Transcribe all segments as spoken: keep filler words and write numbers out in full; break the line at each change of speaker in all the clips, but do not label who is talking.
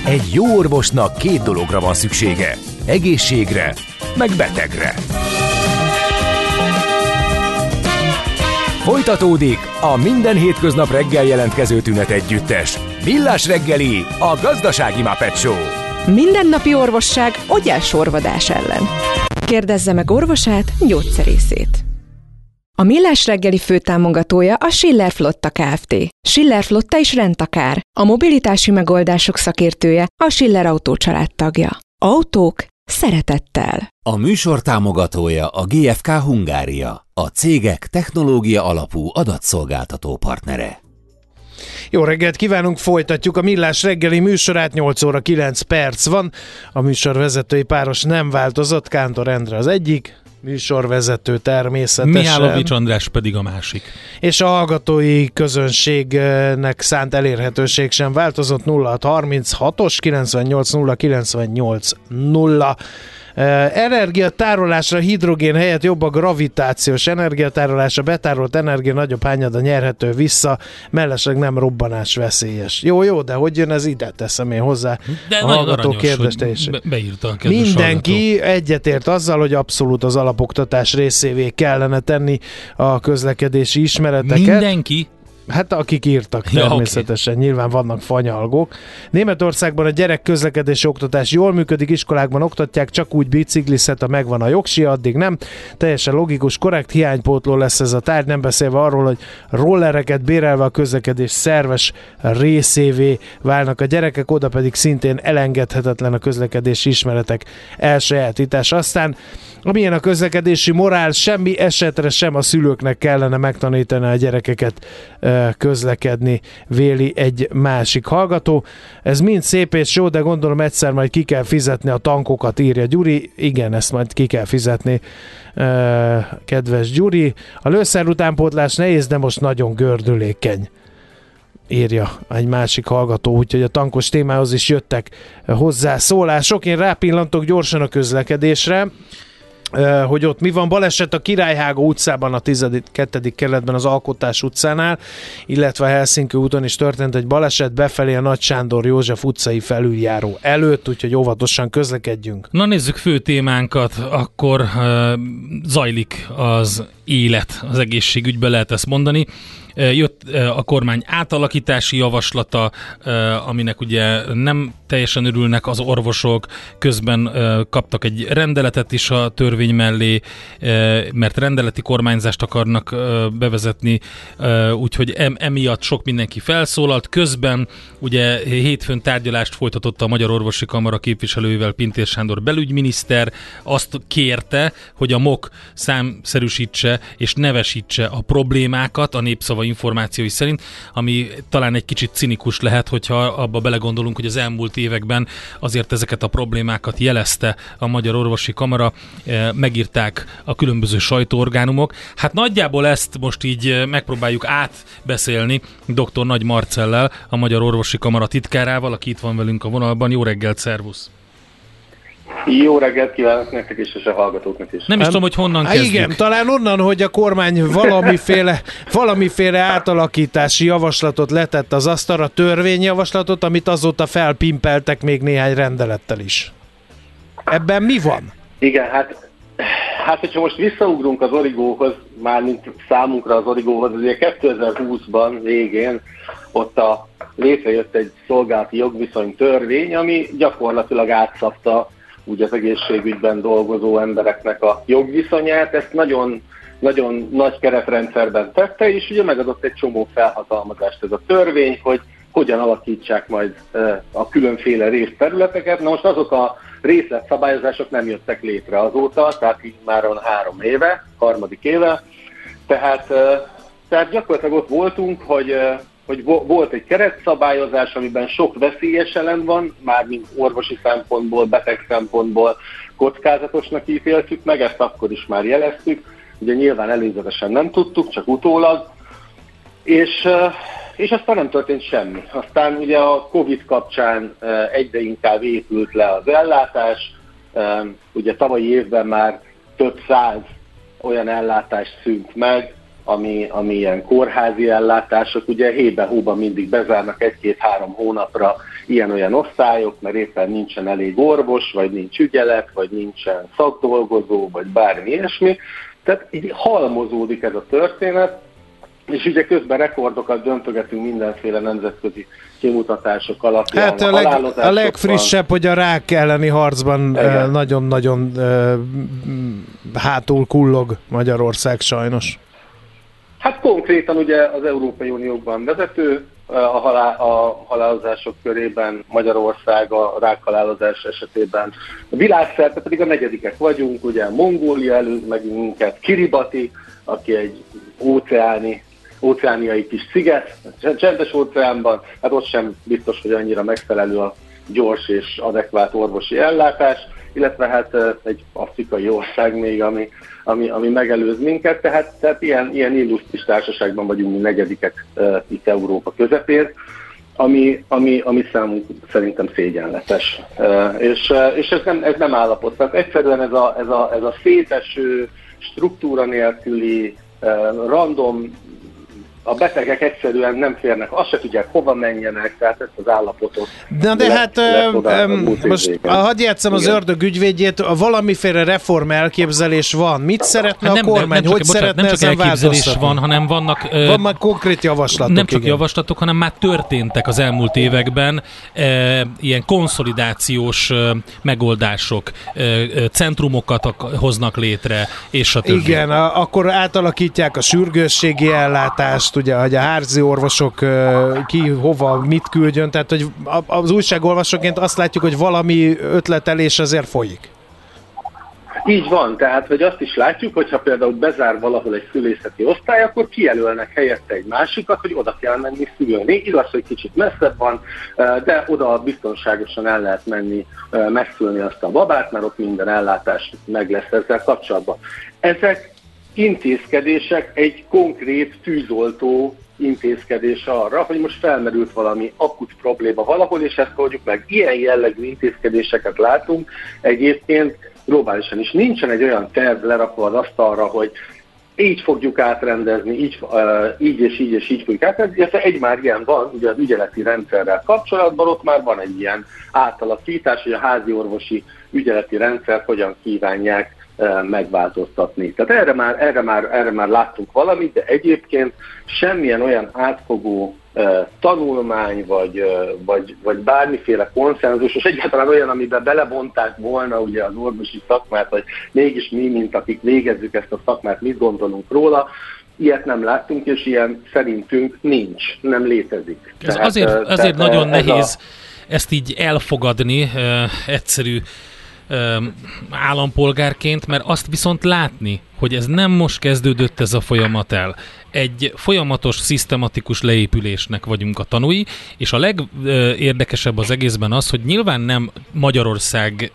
Egy jó orvosnak két dologra van szüksége. Egészségre, meg betegre. Folytatódik a minden hétköznap reggel jelentkező tünet együttes. Millás reggeli, a gazdasági Muppet Show.
Mindennapi orvosság ogyásorvadás ellen. Kérdezze meg orvosát, gyógyszerészét. A Millás reggeli főtámogatója a Schiller Flotta Kft. Schiller Flotta is rendtakár. A mobilitási megoldások szakértője, a Schiller Autó család tagja. Autók szeretettel.
A műsor támogatója a gé ef ká Hungária, a cégek technológia alapú adatszolgáltató partnere.
Jó reggelt kívánunk, folytatjuk a Millás reggeli műsorát, nyolc óra kilenc perc van. A műsorvezetői páros nem változott, Kántor Endre az egyik, műsorvezető természetesen.
Mihálovics András pedig a másik.
És a hallgatói közönségnek szánt elérhetőség sem változott, nulla hat harminchatos kilencvennyolc nulla kilencvennyolc nulla. Energiatárolásra hidrogén helyett jobb a gravitációs energiatárolásra, betárolt energia nagyobb hányada nyerhető vissza, mellesleg nem robbanás veszélyes. Jó, jó, de hogy jön ez ide, teszem én hozzá.
De
a hallgató kérdést is.
Be, beírta a kedves
Mindenki
hallgató.
egyetért azzal, hogy abszolút az alapoktatás részévé kellene tenni a közlekedési ismereteket.
Mindenki?
Hát akik írtak természetesen, ja, okay. Nyilván vannak fanyalgók. Németországban a gyerek közlekedési oktatás jól működik, iskolákban oktatják, csak úgy biciklizhet, ha megvan a jogsi, addig nem. Teljesen logikus, korrekt, hiánypótló lesz ez a tárgy, nem beszélve arról, hogy rollereket bérelve a közlekedés szerves részévé válnak a gyerekek, oda pedig szintén elengedhetetlen a közlekedési ismeretek elsajátítása. Aztán amilyen a közlekedési morál, semmi esetre sem a szülőknek kellene megtanítani a gyerekeket közlekedni, véli egy másik hallgató. Ez mind szép és jó, de gondolom egyszer majd ki kell fizetni a tankokat, írja Gyuri. Igen, ezt majd ki kell fizetni, kedves Gyuri. A lőszer utánpótlás nehéz, de most nagyon gördülékeny, írja egy másik hallgató, úgyhogy a tankos témához is jöttek hozzá szólások. Én rápillantok gyorsan a közlekedésre, hogy ott mi van. Baleset a Királyhágó utcában, a tizedik kerületben az Alkotás utcánál, illetve a Helsinki úton is történt egy baleset befelé a Nagy Sándor József utcai felüljáró előtt, úgyhogy óvatosan közlekedjünk.
Na nézzük fő témánkat, akkor uh, zajlik az élet az egészségügyben, lehet ezt mondani. Jött a kormány átalakítási javaslata, aminek ugye nem teljesen örülnek az orvosok, közben kaptak egy rendeletet is a törvény mellé, mert rendeleti kormányzást akarnak bevezetni, úgyhogy emiatt sok mindenki felszólalt. Közben ugye hétfőn tárgyalást folytatott a Magyar Orvosi Kamara képviselőivel Pintér Sándor belügyminiszter, azt kérte, hogy a MOK számszerűsítse és nevesítse a problémákat a Népszava információi szerint, ami talán egy kicsit cinikus lehet, hogyha abba belegondolunk, hogy az elmúlt években azért ezeket a problémákat jelezte a Magyar Orvosi Kamara, megírták a különböző sajtóorgánumok. Hát nagyjából ezt most így megpróbáljuk átbeszélni dr. Nagy Marcellel, a Magyar Orvosi Kamara titkárával, aki itt van velünk a vonalban. Jó reggelt, szervusz!
Jó reggelt kívánok nektek is, és a hallgatóknak is.
Nem is tudom, hogy honnan kezdjük.
Igen, talán onnan, hogy a kormány valamiféle, valamiféle átalakítási javaslatot letett az asztalra, törvényjavaslatot, amit azóta felpimpeltek még néhány rendelettel is. Ebben mi van?
Igen, hát, hát hogyha most visszaugrunk az origóhoz, mármint számunkra az origóhoz, azért kétezer-húszban végén ott a, létrejött egy szolgálati jogviszony törvény, ami gyakorlatilag átszabta úgy az egészségügyben dolgozó embereknek a jogviszonyát. Ezt nagyon, nagyon nagy keretrendszerben tette, és ugye megadott egy csomó felhatalmazást ez a törvény, hogy hogyan alakítsák majd a különféle részterületeket. Na most azok a részletszabályozások nem jöttek létre azóta, tehát így már van három éve, harmadik éve. Tehát, tehát gyakorlatilag ott voltunk, hogy hogy volt egy keretszabályozás, amiben sok veszélyes elem van, mármint orvosi szempontból, beteg szempontból kockázatosnak ítéltük meg, ezt akkor is már jeleztük, ugye nyilván előzetesen nem tudtuk, csak utólag, és, és aztán nem történt semmi. Aztán ugye a Covid kapcsán egyre inkább épült le az ellátás, ugye tavalyi évben már több száz olyan ellátást szűnt meg, ami, ami ilyen kórházi ellátások, ugye hébe-hóba mindig bezárnak egy-két-három hónapra ilyen-olyan osztályok, mert éppen nincsen elég orvos, vagy nincs ügyelet, vagy nincsen szakdolgozó, vagy bármi ilyesmi. Tehát így halmozódik ez a történet, és ugye közben rekordokat döntögetünk mindenféle nemzetközi kimutatások alapján.
Hát a, leg, a legfrissebb, hogy a rák elleni harcban igen. nagyon-nagyon uh, hátul kullog Magyarország sajnos.
Hát konkrétan ugye az Európai Unióban vezető a, halál, a halálozások körében, Magyarország a rákhalálozás esetében. A világszerte pedig a negyedikek vagyunk, ugye Mongólia előz meg minket, Kiribati, aki egy óceáni óceániai kis sziget, csendes óceánban, hát ott sem biztos, hogy annyira megfelelő a gyors és adekvát orvosi ellátás, illetve hát egy afrikai ország még, ami, ami, ami megelőz minket, tehát, tehát ilyen, ilyen illusztris társaságban vagyunk mi negyedikek uh, itt Európa közepén, ami, ami, ami számunk szerintem szégyenletes. Uh, és uh, és ez, nem, ez nem állapot. Tehát egyszerűen ez a, ez a, ez a széteső, struktúra nélküli, uh, random, a betegek egyszerűen nem férnek, azt se tudják, hova menjenek, tehát ezt az állapotot.
Na de le, hát le most hadd játsszam az ördög ügyvédjét, valamiféle reform elképzelés van. Mit szeretne hát nem, a kormány, nem, nem hogy csak, szeretne
bocsánat, nem csak elképzelés van, hanem vannak...
Van már konkrét javaslatok.
Nem csak
igen.
javaslatok, hanem már történtek az elmúlt években e, ilyen konszolidációs e, megoldások, e, centrumokat hoznak létre, és a többi.
Igen, a, akkor átalakítják a sürgősségi ellátást, ugye, hogy a házi orvosok ki, hova, mit küldjön, tehát hogy az újságolvasóként azt látjuk, hogy valami ötletelés azért folyik.
Így van, tehát hogy azt is látjuk, hogyha például bezár valahol egy szülészeti osztály, akkor kijelölnek helyette egy másikat, hogy oda kell menni szülni. Igaz, hogy kicsit messzebb van, de oda biztonságosan el lehet menni megszülni azt a babát, mert ott minden ellátás meg lesz ezzel kapcsolatban. Ezek intézkedések egy konkrét tűzoltó intézkedés arra, hogy most felmerült valami akut probléma valahol, és ezt oldjuk meg. Ilyen jellegű intézkedéseket látunk egyébként globálisan is. Nincsen egy olyan terv lerakva az asztalra, hogy így fogjuk átrendezni, így, uh, így és így és így fogjuk átrendezni. Egy már ilyen van, ugye az ügyeleti rendszerrel kapcsolatban, ott már van egy ilyen átalakítás, hogy a házi orvosi ügyeleti rendszer hogyan kívánják megváltoztatni. Tehát erre már, erre, már, erre már láttunk valamit, de egyébként semmilyen olyan átfogó uh, tanulmány, vagy, uh, vagy, vagy bármiféle konszenzus, és egyáltalán olyan, amiben belevonták volna ugye az orvosi szakmát, hogy mégis mi, mint akik végezzük ezt a szakmát, mit gondolunk róla, ilyet nem láttunk, és ilyen szerintünk nincs, nem létezik.
Ez tehát, azért azért tehát, nagyon ez nehéz a... ezt így elfogadni, uh, egyszerű állampolgárként, mert azt viszont látni, hogy ez nem most kezdődött ez a folyamat el. Egy folyamatos, szisztematikus leépülésnek vagyunk a tanúi, és a legérdekesebb az egészben az, hogy nyilván nem Magyarország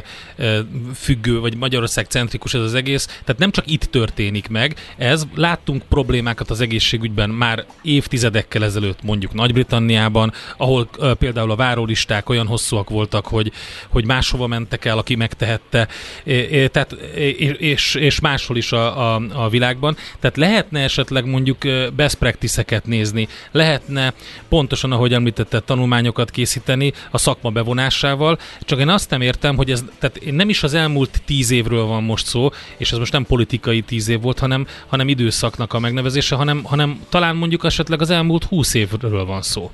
függő, vagy Magyarország centrikus ez az egész, tehát nem csak itt történik meg, ez láttunk problémákat az egészségügyben már évtizedekkel ezelőtt, mondjuk Nagy-Britanniában, ahol például a várólisták olyan hosszúak voltak, hogy, hogy máshova mentek el, aki megtehette, tehát, és, és máshol is a, a, a világban. Tehát lehetne esetleg mondjuk best practice-eket nézni, lehetne pontosan, ahogy említetted, tanulmányokat készíteni a szakma bevonásával, csak én azt nem értem, hogy ez, tehát nem is az elmúlt tíz évről van most szó, és ez most nem politikai tíz év volt, hanem, hanem időszaknak a megnevezése, hanem, hanem talán mondjuk esetleg az elmúlt húsz évről van szó.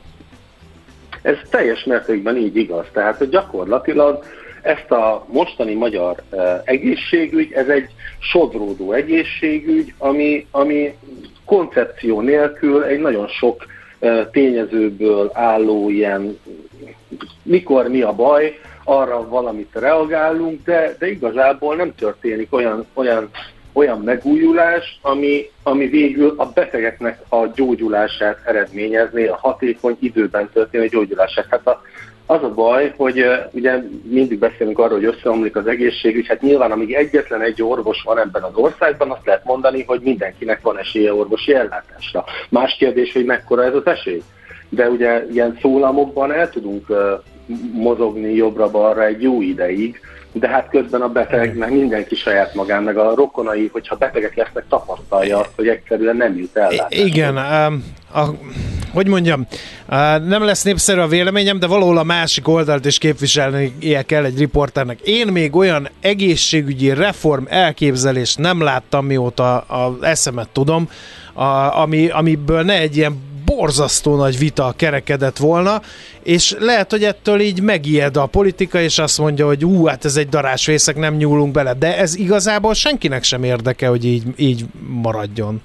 Ez teljes mértékben így igaz, tehát hogy gyakorlatilag ezt a mostani magyar uh, egészségügy, ez egy sodródó egészségügy, ami, ami koncepció nélkül egy nagyon sok uh, tényezőből álló ilyen, mikor mi a baj, arra valamit reagálunk, de, de igazából nem történik olyan, olyan, olyan megújulás, ami, ami végül a betegeknek a gyógyulását eredményezné, a hatékony időben történő gyógyulását. Hát a Az a baj, hogy uh, ugye mindig beszélünk arról, hogy összeomlik az egészségügy, hát nyilván amíg egyetlen egy orvos van ebben az országban, azt lehet mondani, hogy mindenkinek van esélye orvosi ellátásra. Más kérdés, hogy mekkora ez az esély. De ugye ilyen szólamokban el tudunk uh, mozogni jobbra-balra egy jó ideig, de hát közben a beteg, meg mindenki saját magán, meg a rokonai, hogyha betegek lesznek, tapasztalja azt, hogy egyszerűen nem jut el.
Igen, a, a, hogy mondjam, a, nem lesz népszerű a véleményem, de valahol a másik oldalt is képviselni kell egy riporternek. Én még olyan egészségügyi reform elképzelést nem láttam, mióta az eszemet tudom, a, ami, amiből ne egy ilyen borzasztó nagy vita kerekedett volna, és lehet, hogy ettől így megijed a politika, és azt mondja, hogy ú, hát ez egy darásvészek, nem nyúlunk bele, de ez igazából senkinek sem érdeke, hogy így, így maradjon.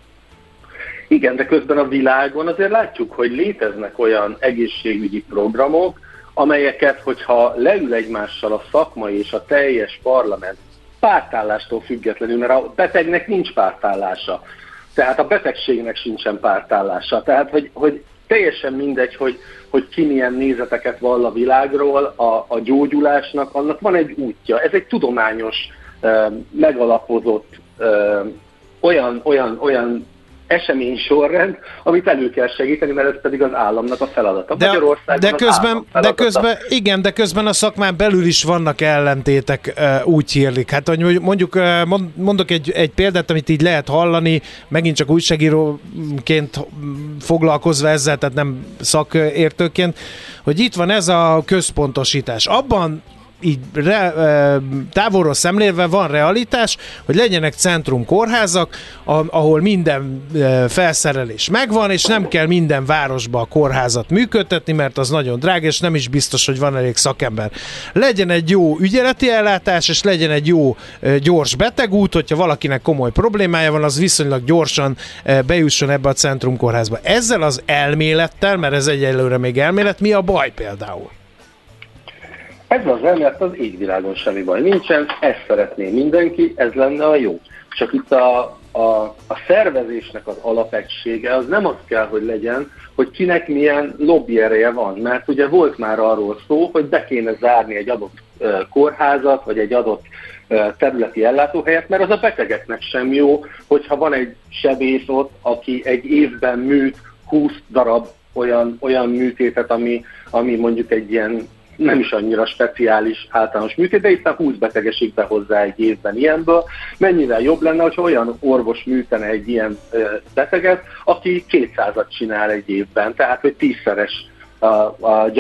Igen, de közben a világon azért látjuk, hogy léteznek olyan egészségügyi programok, amelyeket, hogyha leül egymással a szakmai és a teljes parlament pártállástól függetlenül, mert a betegnek nincs pártállása, tehát a betegségnek sincsen pártállása. Tehát, hogy, hogy teljesen mindegy, hogy, hogy ki milyen nézeteket vall a világról, a, a gyógyulásnak, annak van egy útja. Ez egy tudományos, eh, megalapozott eh, olyan, olyan, olyan eseménysorrend, amit elő kell segíteni, mert ez pedig az államnak a feladata.
De, de közben, de közben, igen, de közben a szakmán belül is vannak ellentétek, úgy hírlik. Hát hogy mondjuk, mondok egy, egy példát, amit így lehet hallani, megint csak újságíróként foglalkozva ezzel, tehát nem szakértőként, hogy itt van ez a központosítás. Abban így re, távolról szemlélve van realitás, hogy legyenek centrum kórházak, ahol minden felszerelés megvan, és nem kell minden városba a kórházat működtetni, mert az nagyon drága, és nem is biztos, hogy van elég szakember. Legyen egy jó ügyeleti ellátás, és legyen egy jó gyors betegút, hogyha valakinek komoly problémája van, az viszonylag gyorsan bejusson ebbe a centrum kórházba. Ezzel az elmélettel, mert ez egyelőre még elmélet, mi a baj például?
Ezzel az elmélet az égvilágon semmi baj nincsen, ezt szeretné mindenki, ez lenne a jó. Csak itt a, a, a szervezésnek az alapegysége az nem az kell, hogy legyen, hogy kinek milyen lobby ereje van. Mert ugye volt már arról szó, hogy be kéne zárni egy adott uh, kórházat, vagy egy adott uh, területi ellátóhelyet, mert az a betegeknek sem jó, hogyha van egy sebész ott, aki egy évben műt húsz darab olyan, olyan műtétet, ami, ami mondjuk egy ilyen nem is annyira speciális általános műtét, de itt húsz beteg esik be hozzá egy évben ilyenből. Mennyivel jobb lenne, hogyha olyan orvos műtene egy ilyen beteget, aki kétszázat csinál egy évben, tehát hogy tízszeres a, a,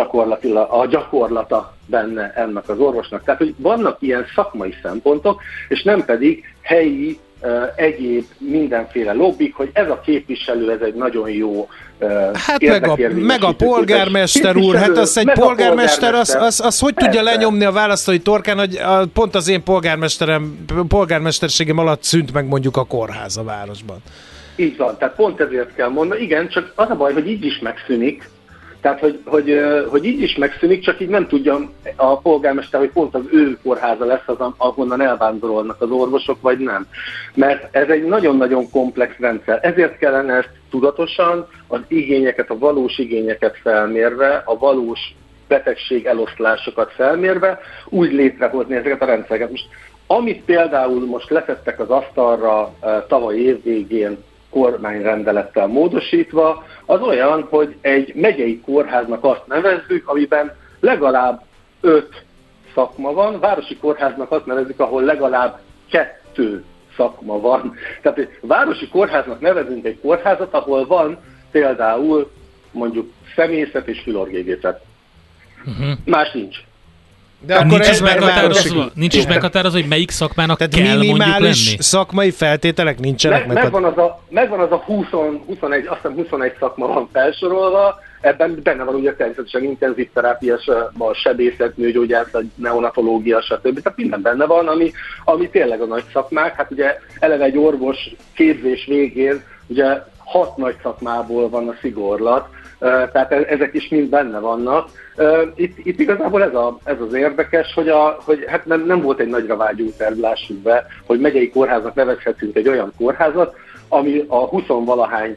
a gyakorlata benne ennek az orvosnak. Tehát, hogy vannak ilyen szakmai szempontok, és nem pedig helyi Uh, egyéb mindenféle lobbik, hogy ez a képviselő, ez egy nagyon jó uh,
hát meg a, meg a polgármester úr, hát az egy polgármester, az, az, az hogy persze tudja lenyomni a választói torkán, hogy a, pont az én polgármesterem, polgármesterségem alatt szűnt meg mondjuk a kórház a városban.
Így van, tehát pont ezért kell mondani, igen, csak az a baj, hogy így is megszűnik, tehát, hogy, hogy, hogy így is megszűnik, csak így nem tudja a polgármester, hogy pont az ő kórháza lesz az, ahonnan elvándorolnak az orvosok, vagy nem. Mert ez egy nagyon-nagyon komplex rendszer. Ezért kellene ezt tudatosan, az igényeket, a valós igényeket felmérve, a valós betegség eloszlásokat felmérve, úgy létrehozni ezeket a rendszereket. Most, amit például most letettek az asztalra tavaly év végén, kormányrendelettel módosítva, az olyan, hogy egy megyei kórháznak azt nevezzük, amiben legalább öt szakma van, városi kórháznak azt nevezzük, ahol legalább kettő szakma van. Tehát egy városi kórháznak nevezünk egy kórházat, ahol van például mondjuk személyzet és fülorgégészet. Uh-huh. Más nincs.
De akkor nincs, is meghatározva, nincs is meghatározva, hogy melyik szakmának tehát kell mondjuk lenni?
Szakmai feltételek nincsenek
meg. Megvan az a, megvan az a húsz, huszonegy, azt hiszem huszonegy szakma van felsorolva, ebben benne van ugye természetesen intenzív terápiás, a sebészet, nőgyógyászat, neonatológia, stb. Tehát minden benne van, ami, ami tényleg a nagy szakmák. Hát ugye eleve egy orvos képzés végén ugye hat nagy szakmából van a szigorlat, tehát ezek is mind benne vannak. Itt, itt igazából ez, a, ez az érdekes, hogy, a, hogy hát nem, nem volt egy nagyra vágyó terv, lássuk be, hogy megyei kórháznak nevezhetünk egy olyan kórházat, ami a huszonvalahány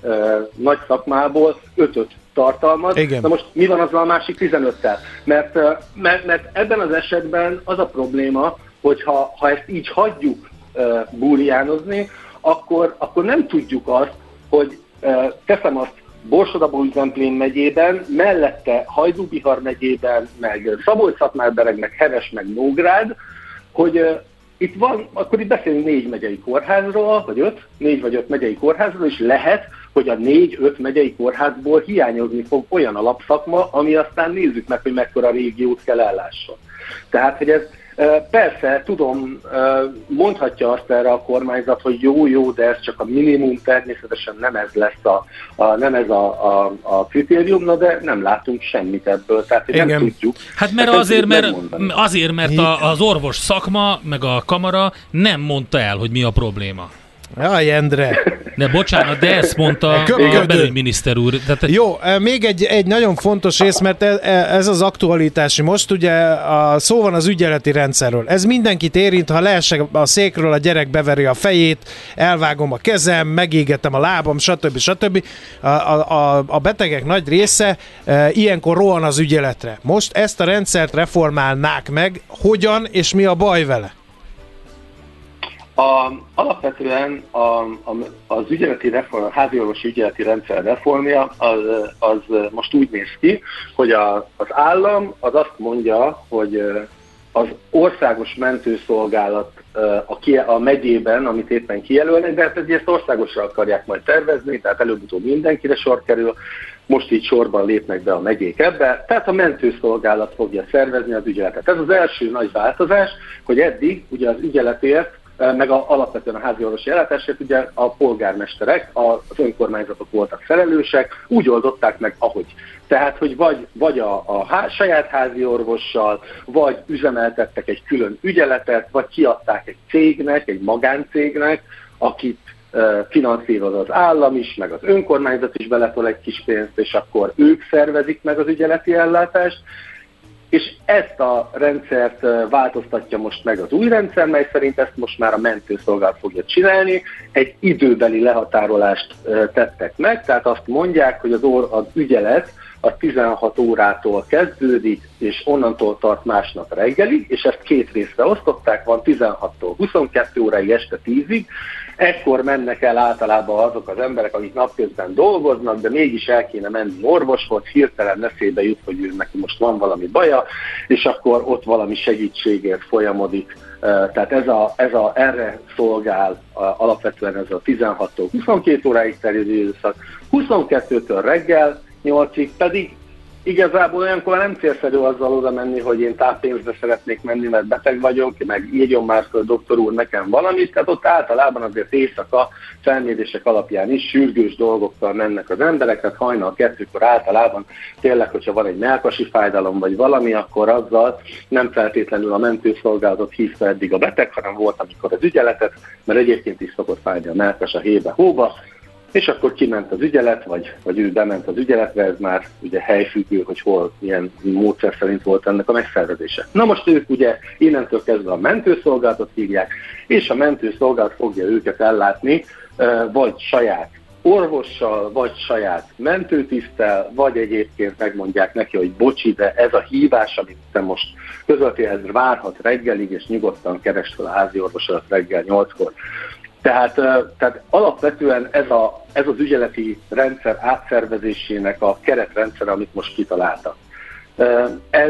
nagy szakmából ötöt tartalmaz. Igen. Na most mi van azzal a másik tizenöttel? Mert, mert, mert ebben az esetben az a probléma, hogy ha, ha ezt így hagyjuk búriánozni, akkor, akkor nem tudjuk azt, hogy teszem azt Borsod-Abaúj-Zemplén megyében, mellette Hajdú-Bihar megyében, meg Szabolcs-Szatmár-Bereg, meg Heves, meg Nógrád, hogy uh, itt van, akkor itt beszélünk négy megyei kórházról, vagy öt, négy vagy öt megyei kórházról, és lehet, hogy a négy-öt megyei kórházból hiányozni fog olyan alapszakma, ami aztán nézzük meg, hogy mekkora régiót kell ellásson. Tehát, hogy ez persze, tudom, mondhatja azt erre a kormányzat, hogy jó-jó, de ez csak a minimum, természetesen nem ez lesz a, a, nem ez a, a, a kritérium, na de nem látunk semmit ebből, tehát nem tudjuk.
Hát mert azért, mert, azért, mert a, az orvos szakma, meg a kamara nem mondta el, hogy mi a probléma.
Jaj, Endre!
De bocsánat, de ezt mondta a belügyminiszter úr. Tehát...
Jó, még egy, egy nagyon fontos rész, mert ez az aktualitási. Most ugye a, szó van az ügyeleti rendszerről. Ez mindenkit érint, ha leesek a székről, a gyerek beveri a fejét, elvágom a kezem, megégetem a lábam, stb. stb. A, a, a betegek nagy része e, ilyenkor rohan az ügyeletre. Most ezt a rendszert reformálnák meg. Hogyan és mi a baj vele?
A, alapvetően a, a, az ügyeleti reform, a háziorvosi ügyeleti rendszer reformja az, az most úgy néz ki, hogy a, az állam az azt mondja, hogy az országos mentőszolgálat a, ki, a megyében, amit éppen kijelölnek, de hát ezt országosra akarják majd tervezni, tehát előbb-utóbb mindenkire sor kerül, most így sorban lépnek be a megyék ebbe, tehát a mentőszolgálat fogja szervezni az ügyeletet. Ez az első nagy változás, hogy eddig ugye az ügyeletért meg a, alapvetően a háziorvosi ellátásért ugye a polgármesterek, az önkormányzatok voltak felelősek, úgy oldották meg, ahogy. Tehát, hogy vagy, vagy a, a há, saját házi orvossal, vagy üzemeltettek egy külön ügyeletet, vagy kiadták egy cégnek, egy magáncégnek, akit uh, finanszíroz az állam is, meg az önkormányzat is beletol egy kis pénzt, és akkor ők szervezik meg az ügyeleti ellátást. És ezt a rendszert változtatja most meg az új rendszer, mely szerint ezt most már a mentőszolgálat fogja csinálni. Egy időbeli lehatárolást tettek meg, tehát azt mondják, hogy az, or- az ügyelet a tizenhat órától kezdődik, és onnantól tart másnap reggelig, és ezt két részre osztották, van tizenhattól huszonkettő óráig, este tízig. Ekkor mennek el általában azok az emberek, akik napközben dolgoznak, de mégis el kéne menni orvoshoz, hirtelen eszébe jut, hogy ő neki most van valami baja, és akkor ott valami segítségért folyamodik. Tehát ez a, ez a, erre szolgál alapvetően ez a tizenhattól huszonkét óráig terjedő időszak, huszonkettőtől reggel nyolcig pedig igazából olyankor nem célszerű azzal oda menni, hogy én táppénzbe szeretnék menni, mert beteg vagyok, meg írjon már föl, doktor úr, nekem valamit. Tehát ott általában azért éjszaka felmérések alapján is sürgős dolgokkal mennek az emberek, tehát hajnal kettőkor általában tényleg, hogyha van egy mellkasi fájdalom vagy valami, akkor azzal nem feltétlenül a mentőszolgálatot hívta eddig a beteg, hanem volt amikor az ügyeletet, mert egyébként is szokott fájni a mellkas a hébe, hóba, és akkor kiment az ügyelet, vagy, vagy ő bement az ügyeletre, ez már ugye helyfüggő, hogy hol, milyen módszer szerint volt ennek a megszervezése. Na most ők ugye innentől kezdve a mentőszolgálatot hívják, és a mentőszolgálat fogja őket ellátni, vagy saját orvossal, vagy saját mentőtiszttel, vagy egyébként megmondják neki, hogy bocsi, de ez a hívás, amit te most közöltél, ez várhat reggelig, és nyugodtan keresd fel a házi orvosodat reggel nyolckor. Tehát, tehát alapvetően ez, a, ez az ügyeleti rendszer átszervezésének a keretrendszer, amit most kitaláltak. Ez,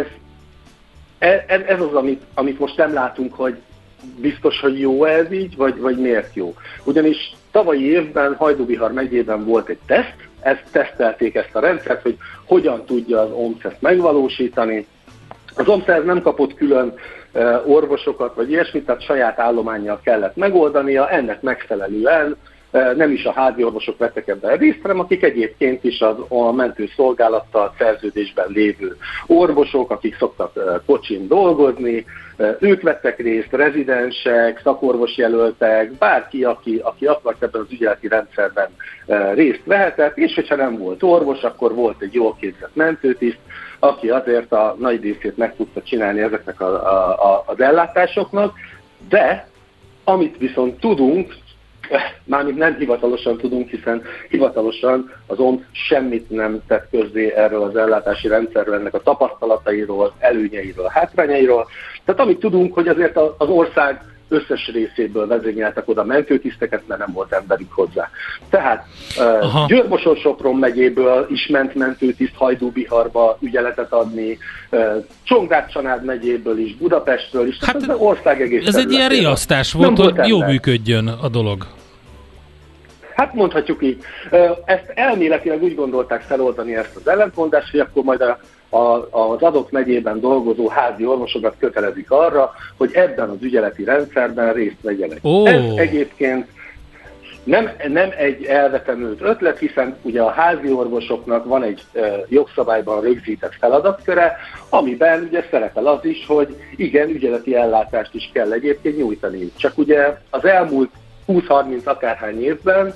ez az, amit, amit most nem látunk, hogy biztos, hogy jó ez így, vagy, vagy miért jó. Ugyanis tavalyi évben Hajdú-Bihar megyében volt egy teszt, ezt tesztelték ezt a rendszert, hogy hogyan tudja az o em cé ezt megvalósítani. Az o em cé ez nem kapott külön orvosokat, vagy ilyesmit, tehát saját állománnyal kellett megoldania, ennek megfelelően nem is a házi orvosok vettek ebben részt, hanem akik egyébként is az, a mentőszolgálattal szerződésben lévő orvosok, akik szoktak kocsin dolgozni, ők vettek részt, rezidensek, szakorvosjelöltek, bárki, aki, aki akart ebben az ügyeleti rendszerben részt vehetett, és hogyha nem volt orvos, akkor volt egy jól képzett mentőtiszt, aki azért a nagy részét meg tudta csinálni ezeknek a, a, a, az ellátásoknak, de amit viszont tudunk, mármint nem hivatalosan tudunk, hiszen hivatalosan az o em cé semmit nem tett közzé erről az ellátási rendszerről, ennek a tapasztalatairól, előnyeiről, hátrányairól. Tehát amit tudunk, hogy azért az ország összes részéből vezényeltek oda mentőtiszteket, mert nem volt emberük hozzá. Tehát uh, Győr-Moson-Sopron megyéből is ment mentőtiszt Hajdú-Biharba ügyeletet adni, uh, Csongrád-Csanád megyéből is, Budapestről is,
hát
tehát az ország egész
ez egy ilyen riasztás volt, hogy jó működjön a dolog.
Hát mondhatjuk így. Ezt elméletileg úgy gondolták feloldani ezt az ellentmondást, hogy akkor majd a, a, az adott megyében dolgozó házi orvosokat kötelezik arra, hogy ebben az ügyeleti rendszerben részt vegyenek.
Oh.
Ez egyébként nem, nem egy elvetemült ötlet, hiszen ugye a házi orvosoknak van egy e, jogszabályban rögzített feladatköre, amiben ugye szerepel az is, hogy igen, ügyeleti ellátást is kell egyébként nyújtani. Csak ugye az elmúlt húsz-harminc akárhány évben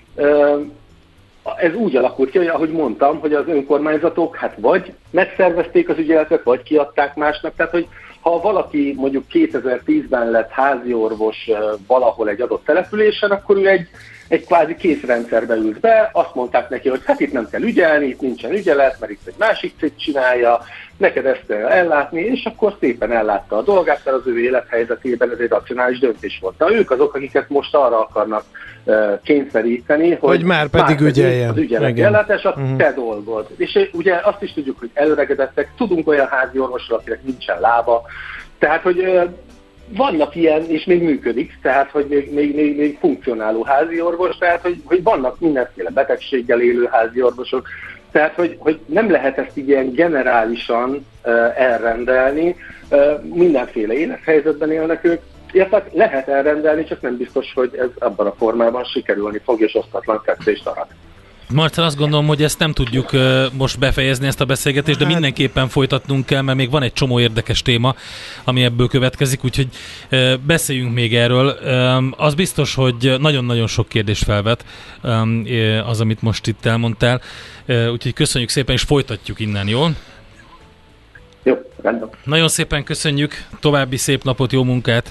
ez úgy alakult ki, hogy ahogy mondtam, hogy az önkormányzatok hát vagy megszervezték az ügyeletet, vagy kiadták másnak, tehát hogy ha valaki mondjuk kétezer-tízben lett házi orvos valahol egy adott településen, akkor ő egy, egy kvázi készrendszerbe ült be, azt mondták neki, hogy hát itt nem kell ügyelni, itt nincsen ügyelet, mert itt egy másik cég csinálja, neked ezt kell ellátni, és akkor szépen ellátta a dolgát, mert az ő élethelyzetében ez egy racionális döntés volt. Na, ők azok, akiket most arra akarnak uh, kényszeríteni, hogy,
hogy már pedig, pedig ügyeljen.
Az ügyeleti ellátás a uh-huh. te dolgod. És ugye azt is tudjuk, hogy előregedettek, tudunk olyan házi orvosról, akinek nincsen lába, tehát, hogy uh, vannak ilyen, és még működik, tehát, hogy még, még, még, még funkcionáló házi orvos, tehát, hogy, hogy vannak mindenféle betegséggel élő házi orvosok, tehát, hogy, hogy nem lehet ezt ilyen generálisan uh, elrendelni, uh, mindenféle élethelyzetben élnek ők, értek, lehet elrendelni, csak nem biztos, hogy ez abban a formában sikerülni fog, és osztatlan kettést arat.
Marcel, azt gondolom, hogy ezt nem tudjuk uh, most befejezni, ezt a beszélgetést, de hát mindenképpen folytatnunk kell, mert még van egy csomó érdekes téma, ami ebből következik, úgyhogy uh, beszéljünk még erről. Um, az biztos, hogy nagyon-nagyon sok kérdést felvet um, az, amit most itt elmondtál, uh, úgyhogy köszönjük szépen, és folytatjuk innen, jól?
Jó, rendben.
Nagyon szépen köszönjük, további szép napot, jó munkát!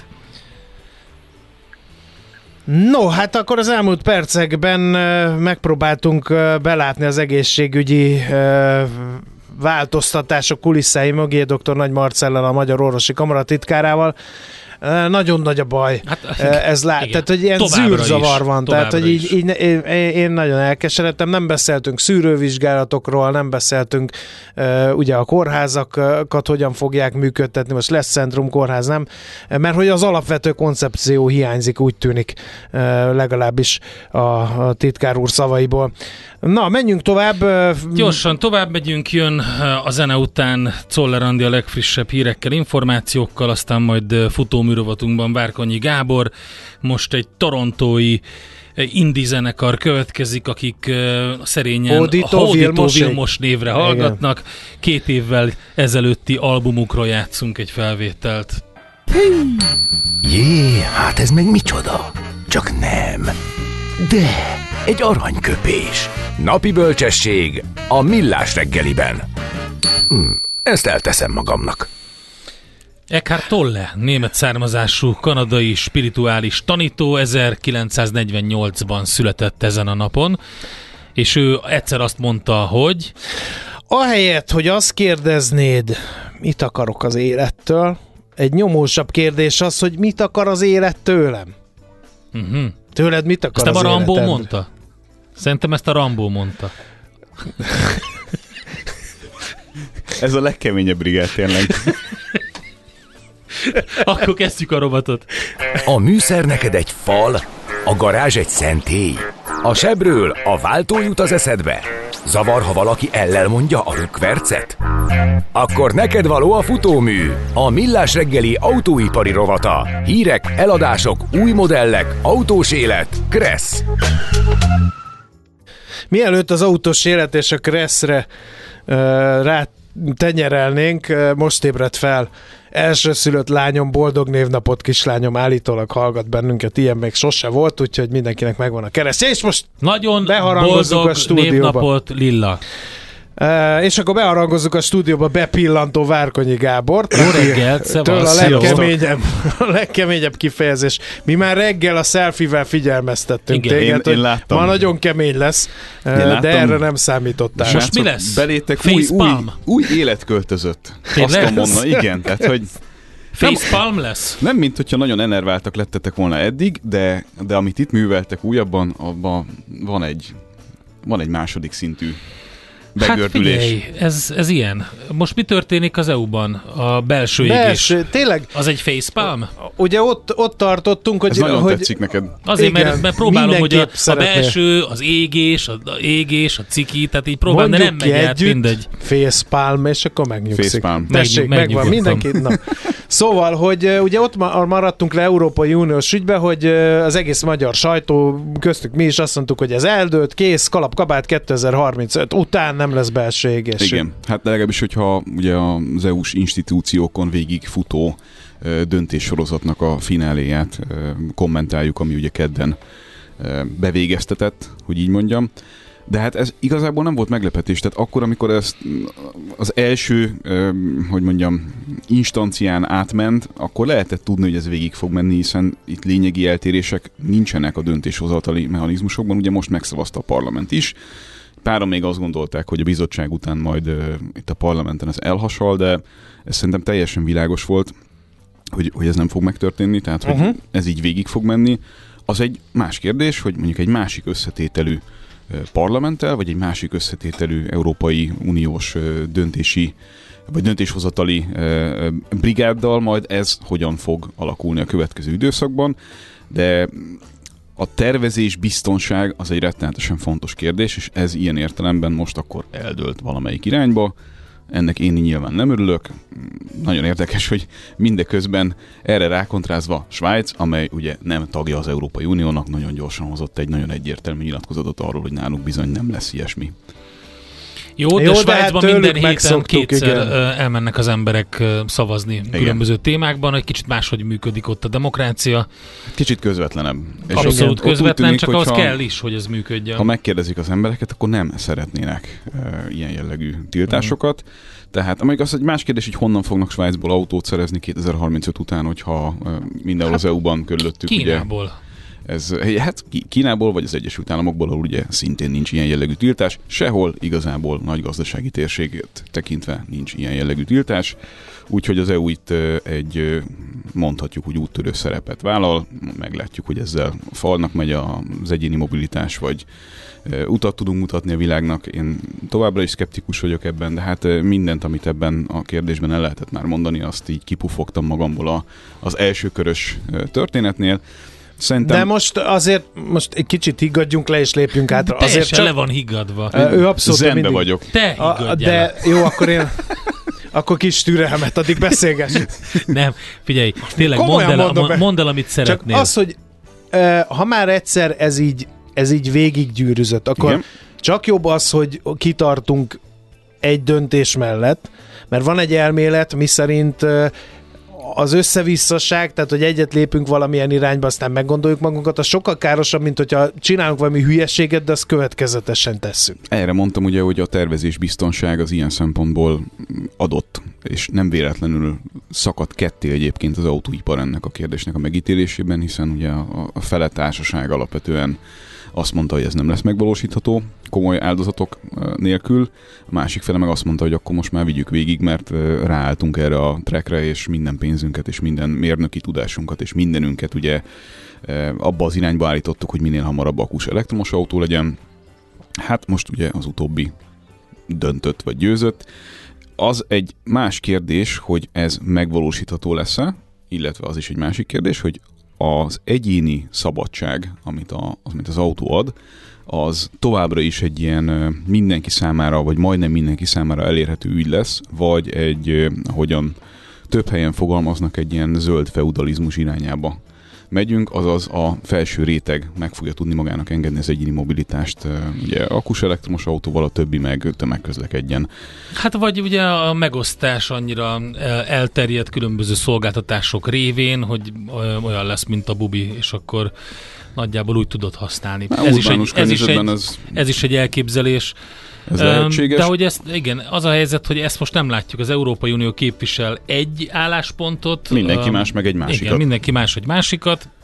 No, hát akkor az elmúlt percekben megpróbáltunk belátni az egészségügyi változtatások kulisszái mögé dr. Nagy Marcellal, a Magyar Orvosi Kamara titkárával. Nagyon nagy a baj. Hát, ez lát, igen. Tehát, hogy ilyen továbbra zűrzavar is, van. Tehát, hogy így, így én, én nagyon elkeseredtem. Nem beszéltünk szűrővizsgálatokról, nem beszéltünk uh, ugye a kórházakat hogyan fogják működtetni. Most lesz Centrum kórház, nem? Mert hogy az alapvető koncepció hiányzik, úgy tűnik uh, legalábbis a, a titkár úr szavaiból. Na, menjünk tovább.
Gyorsan tovább megyünk, jön a zene után Czoller Andi a legfrissebb hírekkel, információkkal, aztán majd futóműrovatunkban Várkonyi Gábor. Most egy torontói indie zenekar következik, akik szerényen
Hódító,
Hódító Vilmos névre hallgatnak. Igen. Két évvel ezelőtti albumukról játszunk egy felvételt.
Jé, hát ez meg micsoda? Csak nem. De egy aranyköpés. Napi bölcsesség a Millás reggeliben. Hm, ezt elteszem magamnak.
Eckhart Tolle, német származású kanadai spirituális tanító, ezerkilencszáznegyvennyolcban született ezen a napon, és ő egyszer azt mondta, hogy
ahelyett, hogy azt kérdeznéd, mit akarok az élettől, egy nyomósabb kérdés az, hogy mit akar az élet tőlem.
Uh-huh.
Tőled mit akar
ezt
az
életed? Ezt a Rambó mondta? Szerintem ezt a Rambó mondta.
Ez a legkeményebb brigád tényleg.
Akkor kezdjük a robotot.
A műszer neked egy fal, a garázs egy szentély. A sebről a váltó jut az eszedbe. Zavar, ha valaki ellel mondja a rükvercet? Akkor neked való a futómű, a Millás reggeli autóipari rovata. Hírek, eladások, új modellek, autós élet, Kressz.
Mielőtt az autós élet és a Kresszre uh, rá tenyerelnénk, uh, most ébredt fel elsőszülött lányom, boldog névnapot kislányom, állítólag hallgat bennünket, ilyen még sose volt, úgyhogy mindenkinek megvan a keresztje, és most
nagyon boldog
a stúdióba.
Névnapot, Lilla.
Uh, és akkor beharangozzuk a stúdióba bepillantó Várkonyi Gábort.
Jó reggelt, szevasz.
A legkeményebb, a legkeményebb kifejezés. Mi már reggel a selfie-vel figyelmeztettünk
igen,
téged,
én, én láttam.
Ma nagyon kemény lesz, uh, de erre nem számítottál.
Most mi lesz?
Belétek új, új, új élet költözött. Azt mondom, igen, tehát hogy
Facepalm lesz?
Nem, mint hogyha nagyon enerváltak lettetek volna eddig, de, de amit itt műveltek újabban, abban van egy, van egy második szintű begördülés.
Hát figyelj, ez, ez ilyen. Most mi történik az é u-ban? A belső
Belső,
égés.
tényleg.
Az egy facepalm?
Ugye ott, ott tartottunk, hogy...
Ez nagyon
hogy
tetszik neked.
Azért,
igen,
mert, mert próbálom, hogy a, a belső, az égés, a, a égés, a ciki, tehát így próbálom, de nem megy át, mindegy.
Facepalm, és akkor megnyugszik.
Facepalm.
Tessék,
Meg,
megvan mindenki. Na. Szóval, hogy ugye ott maradtunk le Európai Uniós ügybe, hogy az egész magyar sajtó, köztük mi is azt mondtuk, hogy ez eldőlt, kész, kalap, kabát kétezer-harmincöt után nem lesz belső égés.
Igen, hát legalábbis, hogyha ugye az é u-s institúciókon végig futó döntéssorozatnak a fináléját kommentáljuk, ami ugye kedden bevégeztetett, hogy így mondjam. De hát ez igazából nem volt meglepetés, tehát akkor, amikor ezt az első, hogy mondjam, instancián átment, akkor lehetett tudni, hogy ez végig fog menni, hiszen itt lényegi eltérések nincsenek a döntéshozatali mechanizmusokban, ugye most megszavazta a parlament is. Páran még azt gondolták, hogy a bizottság után majd uh, itt a parlamenten ez elhasal, de ez szerintem teljesen világos volt, hogy, hogy ez nem fog megtörténni, tehát hogy uh-huh. ez így végig fog menni. Az egy más kérdés, hogy mondjuk egy másik összetételű uh, parlamenttel, vagy egy másik összetételű Európai Uniós uh, döntési vagy döntéshozatali uh, brigáddal majd ez hogyan fog alakulni a következő időszakban, de a tervezés, biztonság az egy rettenetesen fontos kérdés, és ez ilyen értelemben most akkor eldőlt valamelyik irányba. Ennek én nyilván nem örülök. Nagyon érdekes, hogy mindeközben erre rákontrázva Svájc, amely ugye nem tagja az Európai Uniónak, nagyon gyorsan hozott egy nagyon egyértelmű nyilatkozatot arról, hogy náluk bizony nem lesz ilyesmi.
Jó, de
Jó,
Svájcban
hát
minden héten kétszer
igen.
elmennek az emberek szavazni igen. különböző témákban, egy kicsit máshogy működik ott a demokrácia.
Kicsit közvetlenebb.
Abszolút közvetlen, tűnik, csak ahhoz
ha,
kell is, hogy ez működjön.
Ha megkérdezik az embereket, akkor nem szeretnének uh, ilyen jellegű tiltásokat. Mm. Tehát, amelyik az egy más kérdés, hogy honnan fognak Svájcból autót szerezni kétezer-harmincöt után, hogyha uh, mindenhol hát, az é u-ban körülöttük.
Kínából.
Ugye, ez, hát Kínából, vagy az Egyesült Államokból, ahol ugye szintén nincs ilyen jellegű tiltás. Sehol igazából nagy gazdasági térséget tekintve nincs ilyen jellegű tiltás. Úgyhogy az é u itt egy, mondhatjuk, hogy úttörő szerepet vállal. Meglátjuk, hogy ezzel falnak megy az egyéni mobilitás, vagy utat tudunk mutatni a világnak. Én továbbra is szkeptikus vagyok ebben, de hát mindent, amit ebben a kérdésben el lehetett már mondani, azt így kipufogtam magamból a, az első körös történetnél. Szerintem...
De most azért most egy kicsit higgadjunk le és lépjünk át.
Teljesen
azért csak...
le van higgadva.
Ő abszolút
Zenbe
mindig...
vagyok.
Te higgadjál.
De jó, akkor én... Akkor kis türelmet, addig beszélgess.
Nem, figyelj, tényleg mondd el, mondd el, amit szeretnél.
Csak az, hogy uh, ha már egyszer ez így, ez így végiggyűrűzött, akkor igen. Csak jobb az, hogy kitartunk egy döntés mellett, mert van egy elmélet, miszerint uh, az összevisszaság, tehát hogy egyet lépünk valamilyen irányba, aztán meggondoljuk magunkat, az sokkal károsabb, mint hogyha csinálunk valami hülyeséget, de azt következetesen tesszük.
Erre mondtam ugye, hogy a tervezés biztonság az ilyen szempontból adott, és nem véletlenül szakadt ketté egyébként az autóipar ennek a kérdésnek a megítélésében, hiszen ugye a, a fele társaság alapvetően azt mondta, hogy ez nem lesz megvalósítható komoly áldozatok nélkül. A másik fele meg azt mondta, hogy akkor most már vigyük végig, mert ráálltunk erre a trackre, és minden pénzünket, és minden mérnöki tudásunkat, és mindenünket ugye abba az irányba állítottuk, hogy minél hamarabb akus elektromos autó legyen. Hát most ugye az utóbbi döntött, vagy győzött. Az egy más kérdés, hogy ez megvalósítható lesz-e, illetve az is egy másik kérdés, hogy az egyéni szabadság, amit, a, amit az autó ad, az továbbra is egy ilyen mindenki számára, vagy majdnem mindenki számára elérhető ügy lesz, vagy egy, ahogyan több helyen fogalmaznak, egy ilyen zöld feudalizmus irányába megyünk, azaz a felső réteg meg fogja tudni magának engedni az egyéni mobilitást, ugye akus elektromos autóval, a többi meg tömegközlekedjen.
Hát vagy ugye a megosztás annyira elterjedt különböző szolgáltatások révén, hogy olyan lesz, mint a bubi, és akkor nagyjából úgy tudod használni.
Há,
ez, is egy, ez, is egy,
ez...
ez is egy elképzelés.
Ez lehetséges.
De hogy ezt, igen, az a helyzet, hogy ezt most nem látjuk. Az Európai Unió képvisel egy álláspontot.
Mindenki más meg egy másikat.
Igen, mindenki más egy másikat.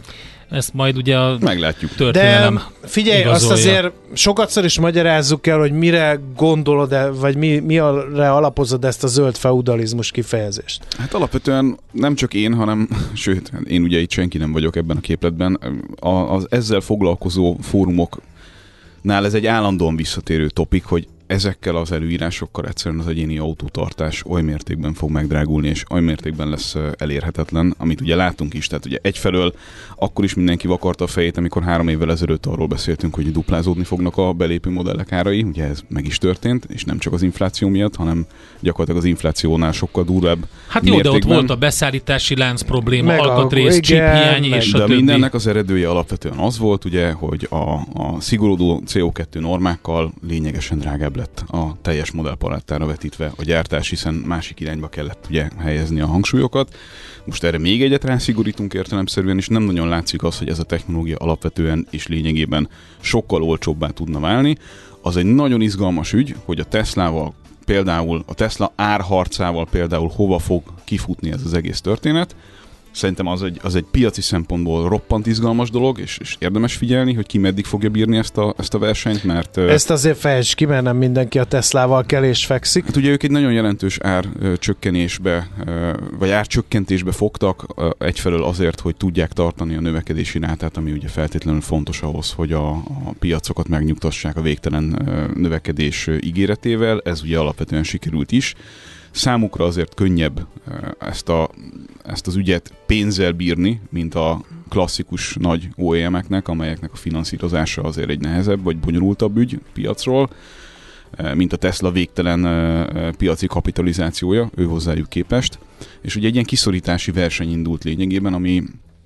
ezt majd ugye a
meglátjuk.
Történelem
De figyelj, igazolja. Azt azért sokatszor is magyarázzuk el, hogy mire gondolod, vagy mi, mire alapozod ezt a zöld feudalizmus kifejezést.
Hát alapvetően nem csak én, hanem, sőt, én ugye itt senki nem vagyok ebben a képletben, az ezzel foglalkozó fórumoknál ez egy állandóan visszatérő topik, hogy ezekkel az előírásokkal egyszerűen az egyéni autótartás oly mértékben fog megdrágulni, és oly mértékben lesz elérhetetlen, amit ugye látunk is. Tehát ugye egyfelől akkor is mindenki vakarta a fejét, amikor három évvel ezelőtt arról beszéltünk, hogy duplázódni fognak a belépő modellek árai. Ugye ez meg is történt, és nem csak az infláció miatt, hanem gyakorlatilag az inflációnál sokkal durvább
Hát jó,
mértékben.
de ott volt a beszállítási lánc probléma, meg alkatrész, chiphiány és
de
a többi.
mindennek az eredője alapvetően az volt, ugye, hogy a, a szigorodó cé o kettő normákkal lényegesen drágább lett a teljes modellpalettára vetítve a gyártás, hiszen másik irányba kellett ugye helyezni a hangsúlyokat. Most erre még egyet rászigorítunk értelemszerűen, és nem nagyon látszik az, hogy ez a technológia alapvetően és lényegében sokkal olcsóbbá tudna válni. Az egy nagyon izgalmas ügy, hogy a Teslával például, a Tesla árharcával például hova fog kifutni ez az egész történet. Szerintem az egy, az egy piaci szempontból roppant izgalmas dolog, és, és érdemes figyelni, hogy ki meddig fogja bírni ezt a, ezt a versenyt, mert...
Ezt azért fejtsd ki, mert nem mindenki a Teslával kell és fekszik.
Hát ugye ők egy nagyon jelentős árcsökkenésbe, vagy árcsökkentésbe fogtak, egyfelől azért, hogy tudják tartani a növekedési rátát, ami ugye feltétlenül fontos ahhoz, hogy a, a piacokat megnyugtassák a végtelen növekedés ígéretével. Ez ugye alapvetően sikerült is. Számukra azért könnyebb ezt, a, ezt az ügyet pénzzel bírni, mint a klasszikus nagy o é em-eknek, amelyeknek a finanszírozása azért egy nehezebb vagy bonyolultabb ügy piacról, mint a Tesla végtelen piaci kapitalizációja, ő hozzájuk képest. És ugye egy ilyen kiszorítási verseny indult lényegében, ami,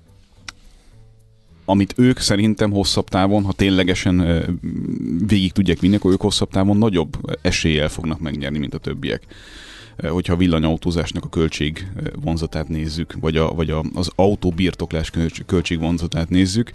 amit ők szerintem hosszabb távon, ha ténylegesen végig tudják vinni, akkor ők hosszabb távon nagyobb eséllyel fognak megnyerni, mint a többiek. Hogyha a villanyautózásnak a költségvonzatát nézzük, vagy, a, vagy a, az autóbirtoklás költségvonzatát nézzük,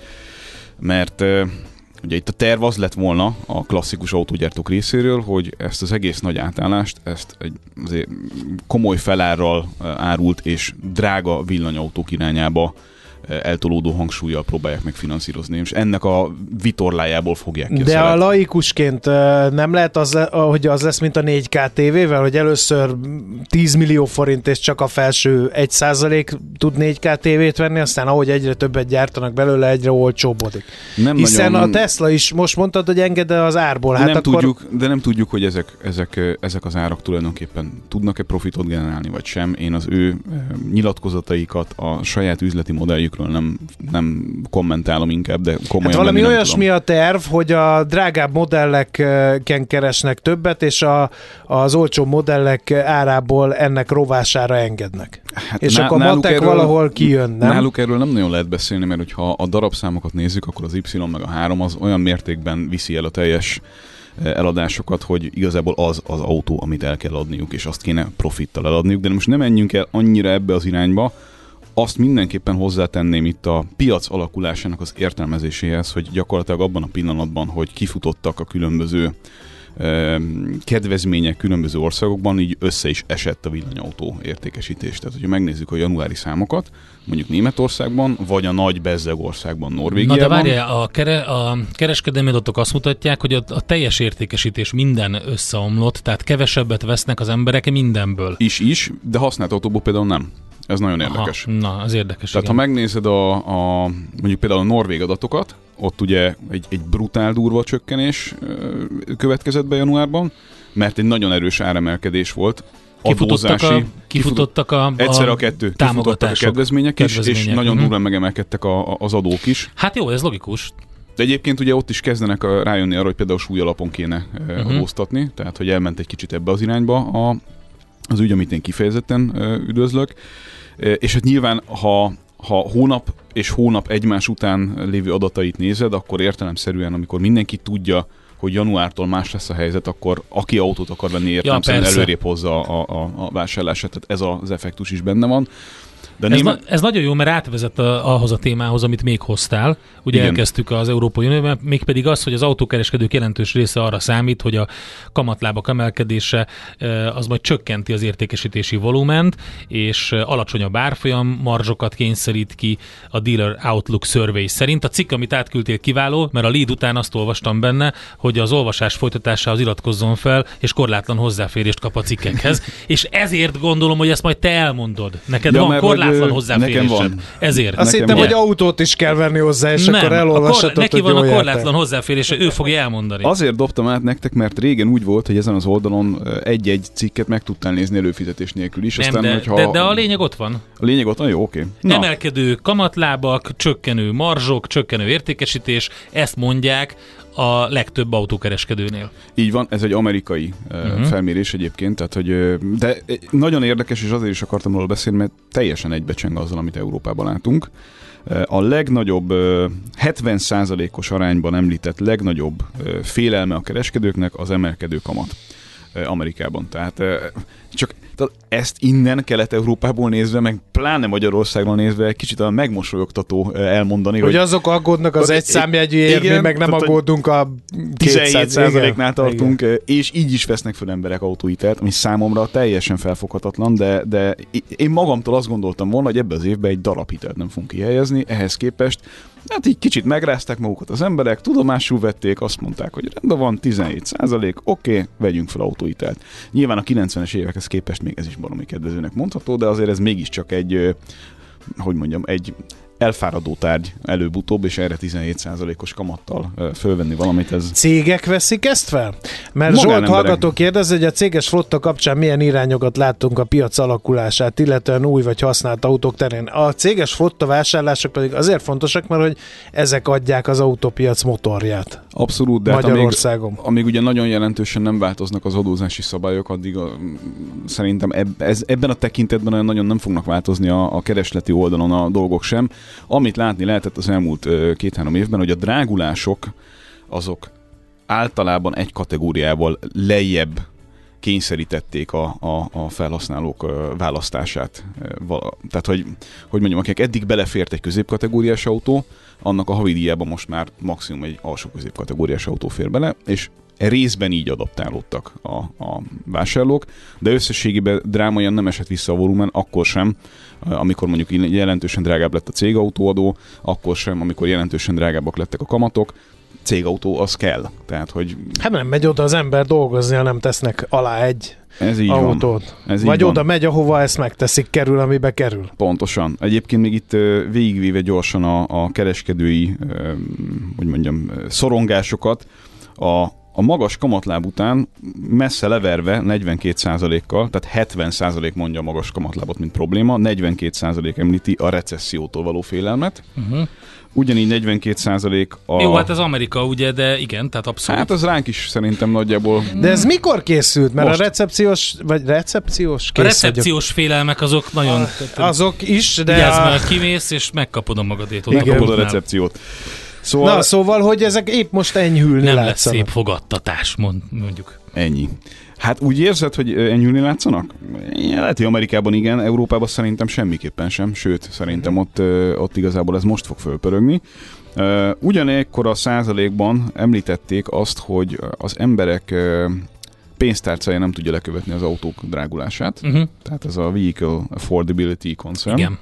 mert ugye itt a terv az lett volna a klasszikus autógyártók részéről, hogy ezt az egész nagy átállást, ezt egy azért komoly felárral árult és drága villanyautók irányába eltolódó hangsúllyal próbálják meg finanszírozni, és ennek a vitorlájából fogják ki.
De a laikusként nem lehet az, hogy az lesz, mint a négy ká tévével, hogy először tíz millió forint és csak a felső egy százalék tud négy ká tévét venni, aztán ahogy egyre többet gyártanak belőle, egyre olcsóbbodik. Nem Hiszen nagyon... a Tesla is most mondtad, hogy enged az árból. Hát
nem
akkor...
tudjuk, de nem tudjuk, hogy ezek, ezek, ezek az árak tulajdonképpen tudnak-e profitot generálni, vagy sem. Én az ő nyilatkozataikat, a saját üzleti modelljük nem, nem kommentálom inkább, de komolyan
hát valami olyasmi
tudom.
A terv, hogy a drágább modelleken keresnek többet, és a, az olcsó modellek árából ennek rovására engednek. Hát és ná, akkor a matek erről, valahol kijön, nem?
Náluk erről nem nagyon lehet beszélni, mert hogyha a darabszámokat nézzük, akkor az Y meg a három az olyan mértékben viszi el a teljes eladásokat, hogy igazából az az autó, amit el kell adniuk, és azt kéne profittal eladniuk, de most nem menjünk el annyira ebbe az irányba. Azt mindenképpen hozzátenném itt a piac alakulásának az értelmezéséhez, hogy gyakorlatilag abban a pillanatban, hogy kifutottak a különböző eh, kedvezmények különböző országokban, így össze is esett a villanyautó értékesítés. Tehát, hogyha megnézzük a januári számokat, mondjuk Németországban, vagy a nagy bezzeg országban, Norvégiában.
Na de várjál, a, kere, a kereskedelmi adatok azt mutatják, hogy a, a teljes értékesítés minden összeomlott, tehát kevesebbet vesznek az emberek mindenből.
Is, is, de használt autóból például nem. Ez nagyon érdekes.
Aha, na, az érdekes.
Tehát
igen.
ha megnézed a, a mondjuk például a norvég adatokat, ott ugye egy, egy brutál durva csökkenés következett be januárban, mert egy nagyon erős áremelkedés volt.
Kifutottak a, kifutottak a, a
egyszer a kettő. Kifutottak a kedvezmények, kedvezmények is, és nagyon durván megemelkedtek a, a, az adók is.
Hát jó, ez logikus.
De egyébként ugye ott is kezdenek a, rájönni arra, hogy például súlyalapon kéne uh-huh. adóztatni, tehát hogy elment egy kicsit ebbe az irányba a, az ügy, amit én kifejezetten üdvözlök. És hát nyilván, ha, ha hónap és hónap egymás után lévő adatait nézed, akkor értelemszerűen, amikor mindenki tudja, hogy januártól más lesz a helyzet, akkor aki autót akar venni értelemszerűen ja, előrébb hozza a, a, a vásárlását, tehát ez az effektus is benne van. De
ez,
német...
na, ez nagyon jó, mert átvezet a, ahhoz a témához, amit még hoztál. Ugye igen. Elkezdtük az Európai Unióban, mégpedig az, hogy az autókereskedők jelentős része arra számít, hogy a kamatlábak emelkedése az majd csökkenti az értékesítési volument, és alacsonyabb árfolyam marzsokat kényszerít ki a Dealer Outlook Survey szerint. A cikk, amit átküldtél, kiváló, mert a lead után azt olvastam benne, hogy az olvasás folytatásához iratkozzon fel, és korlátlan hozzáférést kap a cikkekhez. És ezért gondolom, hogy ezt majd te elmondod. Neked ja, van korlátlan hozzáférésed. Ezért.
Azt hittem, hogy autót is kell venni hozzá, és nem, akkor elolvashatod,
kor- neki van a korlátlan hozzáférése, ő fogja elmondani.
Azért dobtam át nektek, mert régen úgy volt, hogy ezen az oldalon egy-egy cikket meg tudtál nézni előfizetés nélkül is.
Nem,
aztán,
de,
hogyha...
de, de a lényeg ott van.
A lényeg ott van, jó, oké. Okay.
Emelkedő kamatlábak, csökkenő marzsok, csökkenő értékesítés, ezt mondják a legtöbb autókereskedőnél.
Így van, ez egy amerikai uh-huh. felmérés egyébként, tehát, hogy, de nagyon érdekes, és azért is akartam róla beszélni, mert teljesen egybecseng azzal, amit Európában látunk. A legnagyobb, hetven százalékos arányban említett legnagyobb félelme a kereskedőknek az emelkedő kamat Amerikában. Tehát csak ezt innen Kelet-Európából nézve, meg pláne Magyarországról nézve kicsit a megmosolyogtató elmondani.
Hogy, hogy azok aggódnak az egy számjegyűért, mi meg nem aggódunk a
tizenhét százaléknál tartunk, igen. És így is vesznek föl emberek autóhitelt, ami számomra teljesen felfoghatatlan, de, de én magamtól azt gondoltam volna, hogy ebbe az évben egy darab hitelt nem fogunk kihelyezni, ehhez képest hát így kicsit megrázták magukat az emberek, tudomásul vették, azt mondták, hogy rendben van, tizenhét százalék, oké, okay, vegyünk fel autóhitelt. Nyilván a kilencvenes évekhez képest még ez is baromi kedvezőnek mondható, de azért ez mégiscsak egy, hogy mondjam, egy elfáradó tárgy előbb-utóbb, és erre tizenhét százalékos kamattal fölvenni valamit. Ez...
Cégek veszik ezt fel? Mert Zsolt hallgató kérdez, hogy a céges flotta kapcsán milyen irányokat láttunk a piac alakulását, illetően új vagy használt autók terén. A céges flotta vásárlások pedig azért fontosak, mert hogy ezek adják az autópiac motorját.
Abszolút, de
Magyarországon.
Hát amíg, amíg ugye nagyon jelentősen nem változnak az adózási szabályok, addig a, szerintem eb, ez, ebben a tekintetben olyan nagyon nem fognak változni a, a keresleti oldalon a dolgok sem. Amit látni lehetett az elmúlt két-három évben, hogy a drágulások azok általában egy kategóriával lejjebb kényszerítették a, a, a felhasználók választását. Tehát, hogy, hogy mondjam, akik eddig belefért egy középkategóriás autó, annak a havidíjában most már maximum egy alsó középkategóriás autó fér bele, és részben így adaptálódtak a, a vásárlók, de összességében drámaian nem esett vissza a volumen, akkor sem, amikor mondjuk jelentősen drágább lett a cégautóadó, akkor sem, amikor jelentősen drágábbak lettek a kamatok. Cégautó az kell. Tehát, hogy...
Hát nem megy oda az ember dolgozni, ha nem tesznek alá egy
ez így
autót.
Van. Ez
Vagy
így
oda
van.
megy, ahova ezt megteszik, kerül, amibe kerül.
Pontosan. Egyébként még itt végigvéve gyorsan a, a kereskedői, hogy mondjam, szorongásokat, a A magas kamatláb után messze leverve negyvenkét százalékkal, tehát hetven százalék mondja a magas kamatlábot, mint probléma, negyvenkét százalék említi a recessziótól való félelmet. Uh-huh. Ugyanígy negyvenkét százalék a...
Jó, hát ez Amerika, ugye, de igen, tehát abszolút.
Hát az ránk is szerintem nagyjából...
De ez mikor készült? Mert most. a recepciós, vagy recepciós
A recepciós vagyok. Félelmek azok nagyon... A,
azok is, de...
Vigyázz, a... mert kimész, és megkapod a magadét.
Megkapod a recepciót.
Szóval... Na, szóval, hogy ezek épp most enyhülni
nem
látszanak.
lesz szép fogadtatás, mond, mondjuk.
Ennyi. Hát úgy érzed, hogy enyhülni látszanak? Lehet, hogy Amerikában igen, Európában szerintem semmiképpen sem, sőt, szerintem ott, ott igazából ez most fog fölpörögni. Ugyanekkor a százalékban említették azt, hogy az emberek pénztárcája nem tudja lekövetni az autók drágulását, uh-huh. Tehát ez a Vehicle Affordability Concern.
Igen.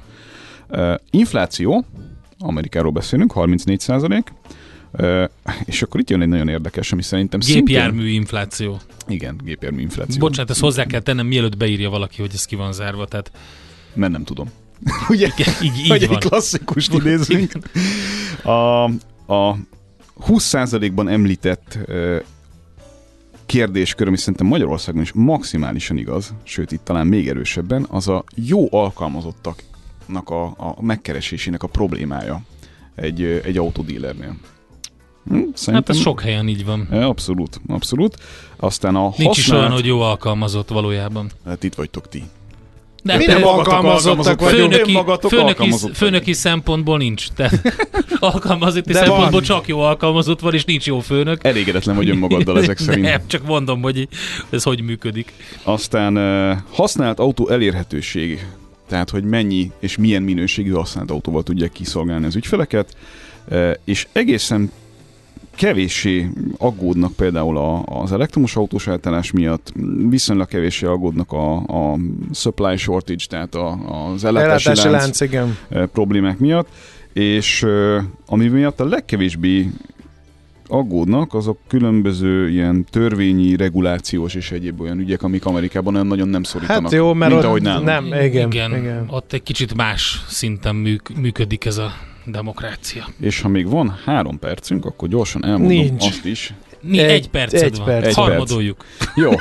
Infláció, Amerikáról beszélünk, harmincnégy százalék, uh, és akkor itt jön egy nagyon érdekes, ami szerintem
gépjármű
szintén...
infláció.
Igen, gépjármű infláció.
Bocsánat, ezt hozzá kell tennem, mielőtt beírja valaki, hogy ez ki van zárva, tehát...
Mert nem tudom. Ugye?
Így, így
hogy
van.
egy klasszikust idézünk. A, a húsz százalékban említett uh, kérdéskör, ami szerintem Magyarországon is maximálisan igaz, sőt itt talán még erősebben, az a jó alkalmazottak A, a megkeresésének a problémája egy, egy autodílernél. Hm,
hát ez sok helyen így van.
Abszolút, abszolút. Aztán a
Nincs
használt...
is olyan, hogy jó alkalmazott valójában.
Hát itt vagytok ti.
De
mi nem alkalmazottak vagyunk.
Főnöki, főnöki, főnöki szempontból nincs. Tehát alkalmazotti szempontból van. Csak jó alkalmazott van, és nincs jó főnök.
Elégedetlen vagy önmagaddal ezek szerint.
Nem, csak mondom, hogy ez hogy működik.
Aztán használt autó elérhetőség tehát hogy mennyi és milyen minőségű használt autóval tudják kiszolgálni az ügyfeleket, és egészen kevéssé aggódnak például a, az elektromos autós átállás miatt, viszonylag kevéssé aggódnak a, a supply shortage, tehát a, az ellátási, ellátási lánc, lánc igen. problémák miatt, és ami miatt a legkevésbé aggódnak, azok különböző ilyen törvényi, regulációs és egyéb olyan ügyek, amik Amerikában nem nagyon nem szorítanak.
Hát jó, mert
mint ahogy nálunk.
Nem, igen,
igen,
igen.
Ott egy kicsit más szinten műk, működik ez a demokrácia.
És ha még van három percünk, akkor gyorsan elmondom Nincs. azt is.
Mi egy, egy perced egy van. Perc. Egy Harmadoljuk.
Perc. Jó.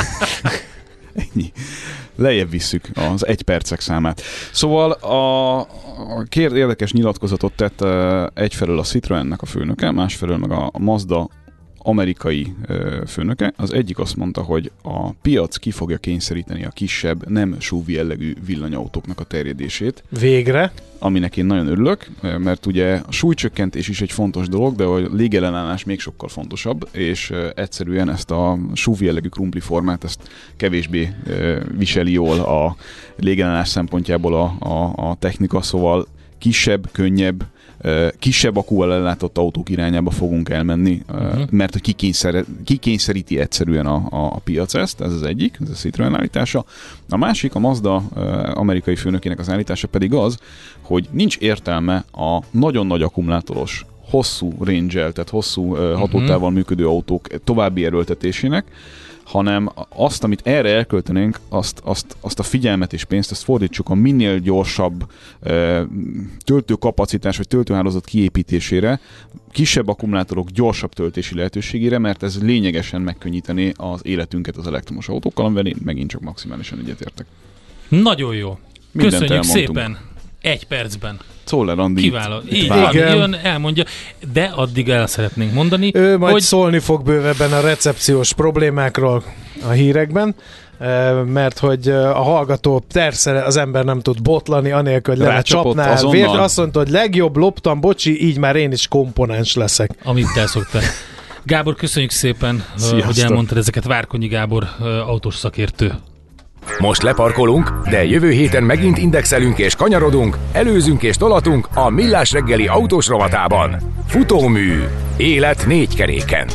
Ennyi. Lejjebb visszük az egy percek számát. Szóval a, a kér érdekes nyilatkozatot tett uh, egyfelől a Citroennek a főnöke, másfelől meg a Mazda amerikai uh, főnöke. Az egyik azt mondta, hogy a piac ki fogja kényszeríteni a kisebb, nem es u vé jellegű villanyautóknak a terjedését.
Végre.
Aminek én nagyon örülök, mert ugye a súlycsökkentés is egy fontos dolog, de a légellenállás még sokkal fontosabb, és uh, egyszerűen ezt a es u vé jellegű krumpli formát, ezt kevésbé uh, viseli jól a légellenállás szempontjából a, a, a technika, szóval kisebb, könnyebb, kisebb akúval ellátott autók irányába fogunk elmenni, uh-huh. mert hogy kikényszer, kikényszeríti egyszerűen a, a, a piac ezt, ez az egyik, ez a Citroen állítása. A másik, a Mazda amerikai főnökének az állítása pedig az, hogy nincs értelme a nagyon nagy akkumulátoros, hosszú range-el, tehát hosszú hatótávval uh-huh. működő autók további erőltetésének, hanem azt, amit erre elköltenénk, azt, azt, azt a figyelmet és pénzt, azt fordítsuk a minél gyorsabb e, töltőkapacitás vagy töltőhálózat kiépítésére, kisebb akkumulátorok gyorsabb töltési lehetőségére, mert ez lényegesen megkönnyíteni az életünket az elektromos autókkal, amivel én megint csak maximálisan egyetértek.
Nagyon jó.
Mindent
Köszönjük
elmondtunk.
Szépen. Egy percben.
Czoller Andi.
Kiváló. Így van, jön, elmondja, de addig el szeretnénk mondani,
ő majd
hogy...
szólni fog bővebben a recepciós problémákról a hírekben, mert hogy a hallgató persze az ember nem tud botlani, anélkül, hogy lenne csapnál vért. Azt mondta, hogy legjobb, loptam, bocsi, így már én is komponens leszek.
Amit te szoktál. Gábor, köszönjük szépen,
Sziasztok.
hogy elmondtad ezeket. Várkonyi Gábor, autós szakértő.
Most leparkolunk, de jövő héten megint indexelünk és kanyarodunk, előzünk és tolatunk a Millás reggeli autós rovatában. Futómű. Élet négy keréken.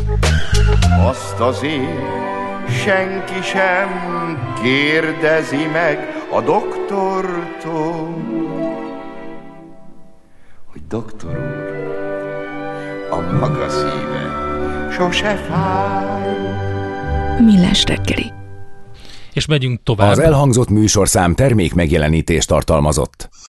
Azt azért senki sem kérdezi meg a doktortól, hogy doktor úr, a maga szíve sose fáj.
Millás reggeli.
És megyünk tovább.
Az elhangzott műsorszám termék megjelenítést tartalmazott.